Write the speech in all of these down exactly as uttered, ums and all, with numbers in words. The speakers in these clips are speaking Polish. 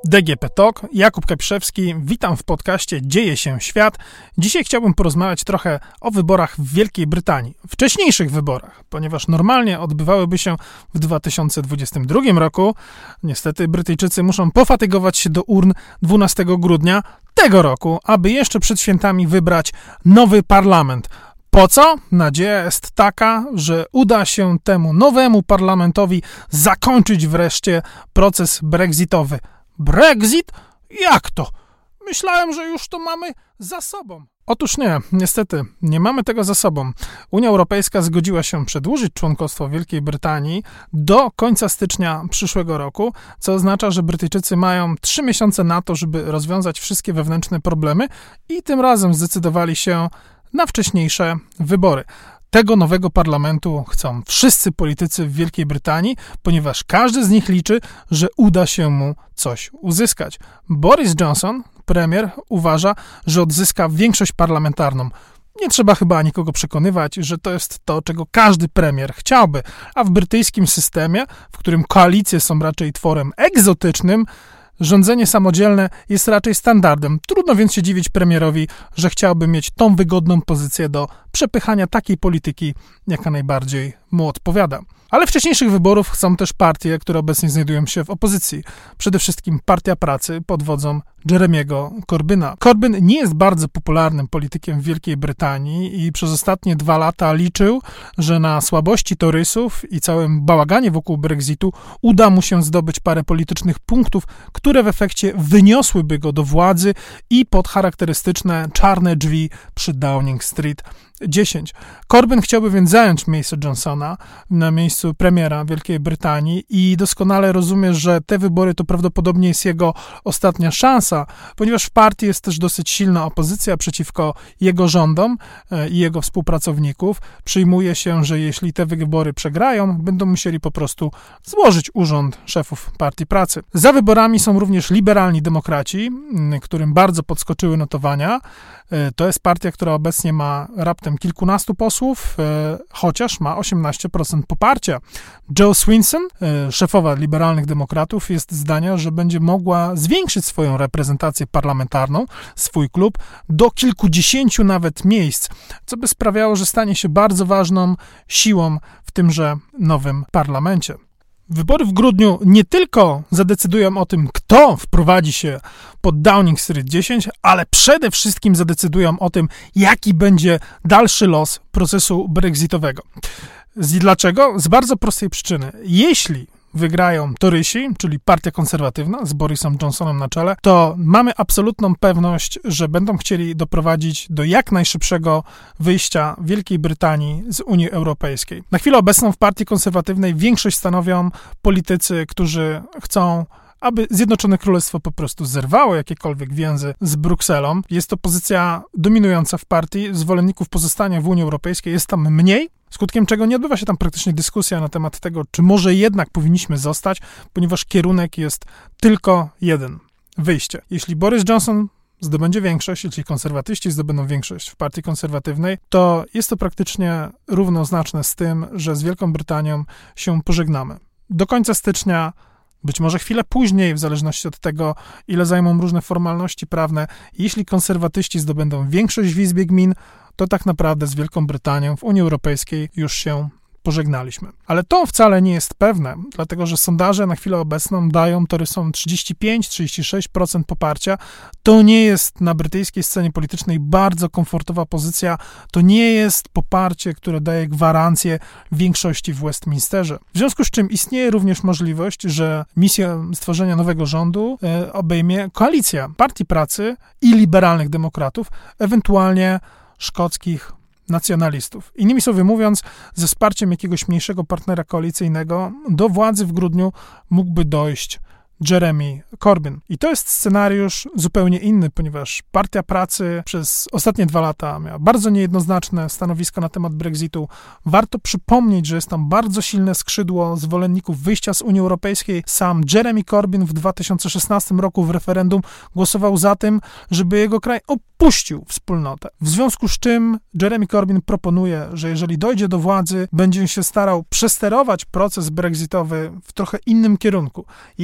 D G P Talk, Jakub Kapiszewski, witam w podcaście Dzieje się świat. Dzisiaj chciałbym porozmawiać trochę o wyborach w Wielkiej Brytanii, wcześniejszych wyborach, ponieważ normalnie odbywałyby się w dwa tysiące dwudziestym drugim roku. Niestety Brytyjczycy muszą pofatygować się do urn dwunastego grudnia tego roku, aby jeszcze przed świętami wybrać nowy parlament. Po co? Nadzieja jest taka, że uda się temu nowemu parlamentowi zakończyć wreszcie proces brexitowy. Brexit? Jak to? Myślałem, że już to mamy za sobą. Otóż nie, niestety, nie mamy tego za sobą. Unia Europejska zgodziła się przedłużyć członkostwo Wielkiej Brytanii do końca stycznia przyszłego roku, co oznacza, że Brytyjczycy mają trzy miesiące na to, żeby rozwiązać wszystkie wewnętrzne problemy i tym razem zdecydowali się na wcześniejsze wybory. Tego nowego parlamentu chcą wszyscy politycy w Wielkiej Brytanii, ponieważ każdy z nich liczy, że uda się mu coś uzyskać. Boris Johnson, premier, uważa, że odzyska większość parlamentarną. Nie trzeba chyba nikogo przekonywać, że to jest to, czego każdy premier chciałby, a w brytyjskim systemie, w którym koalicje są raczej tworem egzotycznym, rządzenie samodzielne jest raczej standardem. Trudno więc się dziwić premierowi, że chciałby mieć tą wygodną pozycję do przepychania takiej polityki, jaka najbardziej mu odpowiada. Ale wcześniejszych wyborów chcą też partie, które obecnie znajdują się w opozycji. Przede wszystkim Partia Pracy pod wodzą Jeremiego Corbyna. Corbyn nie jest bardzo popularnym politykiem w Wielkiej Brytanii i przez ostatnie dwa lata liczył, że na słabości torysów i całym bałaganie wokół Brexitu uda mu się zdobyć parę politycznych punktów, które w efekcie wyniosłyby go do władzy i pod charakterystyczne czarne drzwi przy Downing Street dziesięć. Corbyn chciałby więc zająć miejsce Johnsona na miejscu premiera Wielkiej Brytanii i doskonale rozumie, że te wybory to prawdopodobnie jest jego ostatnia szansa, ponieważ w partii jest też dosyć silna opozycja przeciwko jego rządom i jego współpracowników. Przyjmuje się, że jeśli te wybory przegrają, będą musieli po prostu złożyć urząd szefów Partii Pracy. Za wyborami są również liberalni demokraci, którym bardzo podskoczyły notowania. To jest partia, która obecnie ma raptem kilkunastu posłów, chociaż ma osiemnaście procent poparcia. Jo Swinson, szefowa liberalnych demokratów, jest zdania, że będzie mogła zwiększyć swoją reprezentację parlamentarną, swój klub, do kilkudziesięciu nawet miejsc, co by sprawiało, że stanie się bardzo ważną siłą w tymże nowym parlamencie. Wybory w grudniu nie tylko zadecydują o tym, kto wprowadzi się pod Downing Street dziesięć, ale przede wszystkim zadecydują o tym, jaki będzie dalszy los procesu brexitowego. Dlaczego? Z bardzo prostej przyczyny. Jeśli wygrają Torysi, czyli Partia Konserwatywna z Borisem Johnsonem na czele, to mamy absolutną pewność, że będą chcieli doprowadzić do jak najszybszego wyjścia Wielkiej Brytanii z Unii Europejskiej. Na chwilę obecną w Partii Konserwatywnej większość stanowią politycy, którzy chcą, aby Zjednoczone Królestwo po prostu zerwało jakiekolwiek więzy z Brukselą. Jest to pozycja dominująca w partii. Zwolenników pozostania w Unii Europejskiej jest tam mniej, skutkiem czego nie odbywa się tam praktycznie dyskusja na temat tego, czy może jednak powinniśmy zostać, ponieważ kierunek jest tylko jeden – wyjście. Jeśli Boris Johnson zdobędzie większość, jeśli konserwatyści zdobędą większość w Partii Konserwatywnej, to jest to praktycznie równoznaczne z tym, że z Wielką Brytanią się pożegnamy. Do końca stycznia, być może chwilę później, w zależności od tego, ile zajmą różne formalności prawne, jeśli konserwatyści zdobędą większość w Izbie Gmin, to tak naprawdę z Wielką Brytanią w Unii Europejskiej już się pożegnaliśmy. Ale to wcale nie jest pewne, dlatego że sondaże na chwilę obecną dają Torysom trzydzieści pięć do trzydziestu sześciu procent poparcia. To nie jest na brytyjskiej scenie politycznej bardzo komfortowa pozycja. To nie jest poparcie, które daje gwarancję większości w Westminsterze. W związku z czym istnieje również możliwość, że misję stworzenia nowego rządu e, obejmie koalicja Partii Pracy i liberalnych demokratów, ewentualnie szkockich nacjonalistów. Innymi słowy mówiąc, ze wsparciem jakiegoś mniejszego partnera koalicyjnego do władzy w grudniu mógłby dojść Jeremy Corbyn. I to jest scenariusz zupełnie inny, ponieważ Partia Pracy przez ostatnie dwa lata miała bardzo niejednoznaczne stanowisko na temat Brexitu. Warto przypomnieć, że jest tam bardzo silne skrzydło zwolenników wyjścia z Unii Europejskiej. Sam Jeremy Corbyn w dwa tysiące szesnastym roku w referendum głosował za tym, żeby jego kraj opuścił wspólnotę. W związku z czym Jeremy Corbyn proponuje, że jeżeli dojdzie do władzy, będzie się starał przesterować proces brexitowy w trochę innym kierunku. Jeszcze raz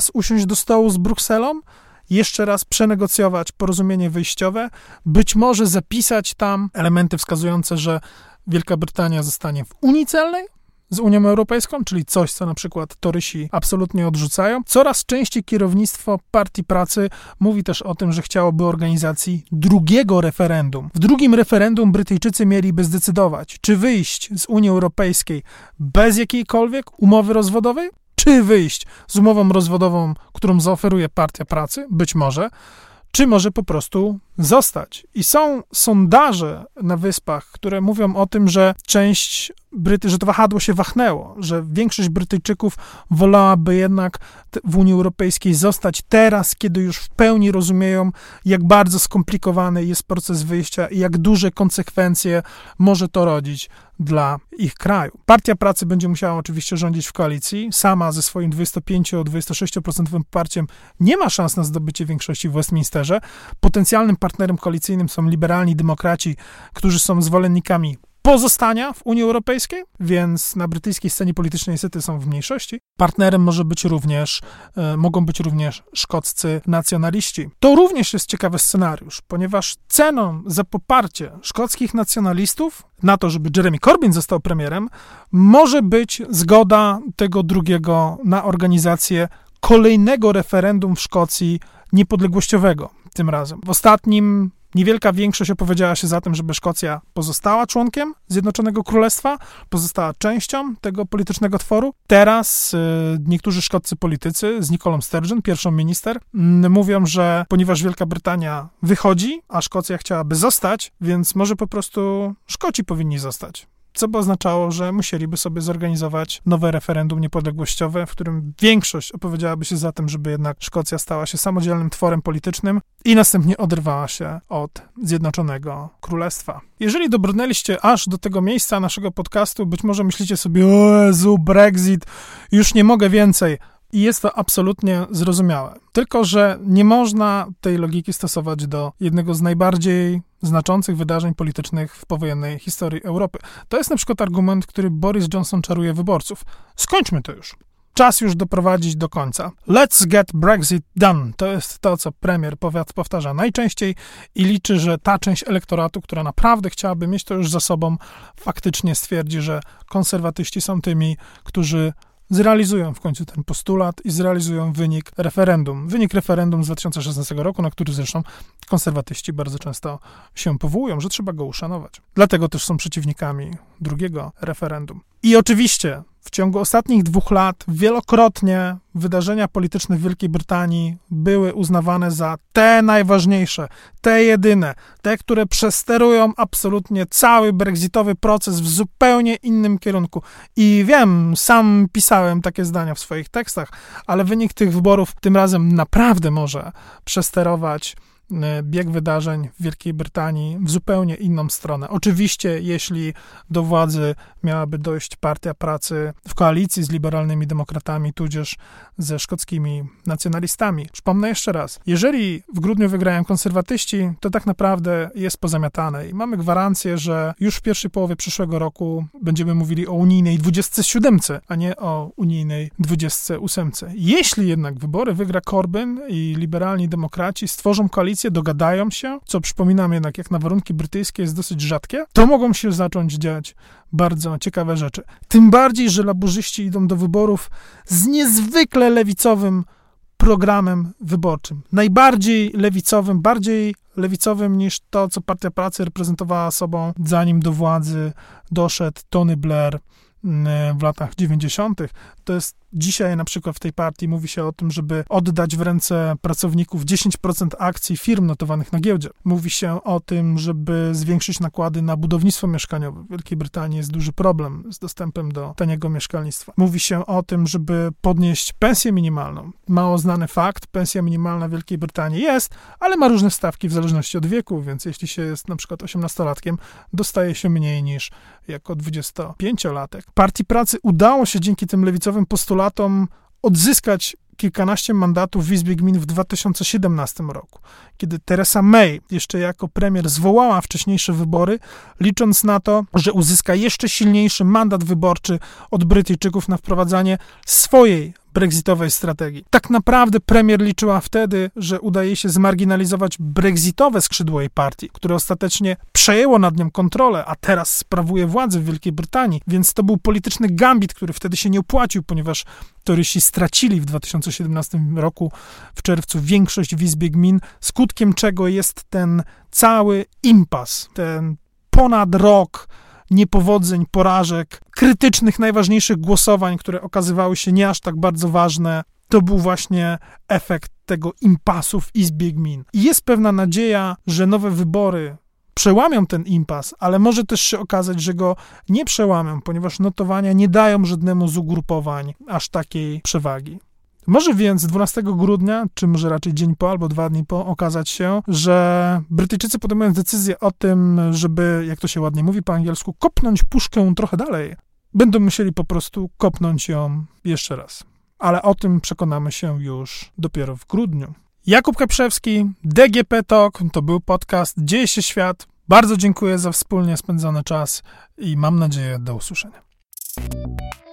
raz usiąść do stołu z Brukselą, jeszcze raz przenegocjować porozumienie wyjściowe, być może zapisać tam elementy wskazujące, że Wielka Brytania zostanie w Unii Celnej z Unią Europejską, czyli coś, co na przykład torysi absolutnie odrzucają. Coraz częściej kierownictwo Partii Pracy mówi też o tym, że chciałoby organizacji drugiego referendum. W drugim referendum Brytyjczycy mieliby zdecydować, czy wyjść z Unii Europejskiej bez jakiejkolwiek umowy rozwodowej, czy wyjść z umową rozwodową, którą zaoferuje Partia Pracy, być może, czy może po prostu zostać. I są sondaże na Wyspach, które mówią o tym, że część Bryty, że to wahadło się wachnęło, że większość Brytyjczyków wolałaby jednak w Unii Europejskiej zostać teraz, kiedy już w pełni rozumieją, jak bardzo skomplikowany jest proces wyjścia i jak duże konsekwencje może to rodzić dla ich kraju. Partia Pracy będzie musiała oczywiście rządzić w koalicji. Sama ze swoim dwudziestu pięciu do dwudziestu sześciu procent poparciem nie ma szans na zdobycie większości w Westminsterze. Potencjalnym partnerem koalicyjnym są liberalni demokraci, którzy są zwolennikami pozostania w Unii Europejskiej, więc na brytyjskiej scenie politycznej niestety są w mniejszości. Partnerem może być również, e, mogą być również szkoccy nacjonaliści. To również jest ciekawy scenariusz, ponieważ ceną za poparcie szkockich nacjonalistów na to, żeby Jeremy Corbyn został premierem, może być zgoda tego drugiego na organizację kolejnego referendum w Szkocji niepodległościowego tym razem. W ostatnim niewielka większość opowiedziała się za tym, żeby Szkocja pozostała członkiem Zjednoczonego Królestwa, pozostała częścią tego politycznego tworu. Teraz y, niektórzy szkoccy politycy z Nicolą Sturgeon, pierwszą minister, y, mówią, że ponieważ Wielka Brytania wychodzi, a Szkocja chciałaby zostać, więc może po prostu Szkoci powinni zostać. Co by oznaczało, że musieliby sobie zorganizować nowe referendum niepodległościowe, w którym większość opowiedziałaby się za tym, żeby jednak Szkocja stała się samodzielnym tworem politycznym i następnie oderwała się od Zjednoczonego Królestwa. Jeżeli dobrnęliście aż do tego miejsca naszego podcastu, być może myślicie sobie, o Jezu, Brexit, już nie mogę więcej. I jest to absolutnie zrozumiałe. Tylko że nie można tej logiki stosować do jednego z najbardziej znaczących wydarzeń politycznych w powojennej historii Europy. To jest na przykład argument, który Boris Johnson czaruje wyborców. Skończmy to już. Czas już doprowadzić do końca. Let's get Brexit done. To jest to, co premier powtarza najczęściej i liczy, że ta część elektoratu, która naprawdę chciałaby mieć to już za sobą, faktycznie stwierdzi, że konserwatyści są tymi, którzy zrealizują w końcu ten postulat i zrealizują wynik referendum. Wynik referendum z dwa tysiące szesnastego roku, na który zresztą konserwatyści bardzo często się powołują, że trzeba go uszanować. Dlatego też są przeciwnikami drugiego referendum. I oczywiście w ciągu ostatnich dwóch lat wielokrotnie wydarzenia polityczne w Wielkiej Brytanii były uznawane za te najważniejsze, te jedyne, te, które przesterują absolutnie cały brexitowy proces w zupełnie innym kierunku. I wiem, sam pisałem takie zdania w swoich tekstach, ale wynik tych wyborów tym razem naprawdę może przesterować bieg wydarzeń w Wielkiej Brytanii w zupełnie inną stronę. Oczywiście, jeśli do władzy miałaby dojść Partia Pracy w koalicji z liberalnymi demokratami, tudzież ze szkockimi nacjonalistami. Przypomnę jeszcze raz, jeżeli w grudniu wygrają konserwatyści, to tak naprawdę jest pozamiatane i mamy gwarancję, że już w pierwszej połowie przyszłego roku będziemy mówili o unijnej dwudziestce siódemce, a nie o unijnej dwudziestce ósemce. Jeśli jednak wybory wygra Corbyn i liberalni demokraci stworzą koalicję, dogadają się, co przypominam jednak, jak na warunki brytyjskie jest dosyć rzadkie, to mogą się zacząć dziać bardzo ciekawe rzeczy. Tym bardziej, że laburzyści idą do wyborów z niezwykle lewicowym programem wyborczym. Najbardziej lewicowym, bardziej lewicowym niż to, co Partia Pracy reprezentowała sobą, zanim do władzy doszedł Tony Blair w latach dziewięćdziesiątych. To jest dzisiaj na przykład w tej partii mówi się o tym, żeby oddać w ręce pracowników dziesięć procent akcji firm notowanych na giełdzie. Mówi się o tym, żeby zwiększyć nakłady na budownictwo mieszkaniowe. W Wielkiej Brytanii jest duży problem z dostępem do taniego mieszkalnictwa. Mówi się o tym, żeby podnieść pensję minimalną. Mało znany fakt, pensja minimalna w Wielkiej Brytanii jest, ale ma różne stawki w zależności od wieku, więc jeśli się jest na przykład osiemnastolatkiem, dostaje się mniej niż jako dwudziestopięciolatek. Partii Pracy udało się dzięki tym lewicowym postulatom odzyskać kilkanaście mandatów w Izbie Gmin w dwa tysiące siedemnastym roku, kiedy Theresa May jeszcze jako premier zwołała wcześniejsze wybory, licząc na to, że uzyska jeszcze silniejszy mandat wyborczy od Brytyjczyków na wprowadzanie swojej brexitowej strategii. Tak naprawdę premier liczyła wtedy, że udaje się zmarginalizować brexitowe skrzydło jej partii, które ostatecznie przejęło nad nią kontrolę, a teraz sprawuje władzę w Wielkiej Brytanii, więc to był polityczny gambit, który wtedy się nie opłacił, ponieważ torysi stracili w dwa tysiące siedemnastym roku w czerwcu większość w Izbie Gmin, skutkiem czego jest ten cały impas, ten ponad rok niepowodzeń, porażek, krytycznych, najważniejszych głosowań, które okazywały się nie aż tak bardzo ważne. To był właśnie efekt tego impasu w Izbie Gmin. I jest pewna nadzieja, że nowe wybory przełamią ten impas, ale może też się okazać, że go nie przełamią, ponieważ notowania nie dają żadnemu z ugrupowań aż takiej przewagi. Może więc dwunastego grudnia, czy może raczej dzień po albo dwa dni po, okazać się, że Brytyjczycy podejmują decyzję o tym, żeby, jak to się ładnie mówi po angielsku, kopnąć puszkę trochę dalej. Będą musieli po prostu kopnąć ją jeszcze raz. Ale o tym przekonamy się już dopiero w grudniu. Jakub Kapiszewski, D G P Talk, to był podcast Dzieje się świat. Bardzo dziękuję za wspólnie spędzony czas i mam nadzieję do usłyszenia.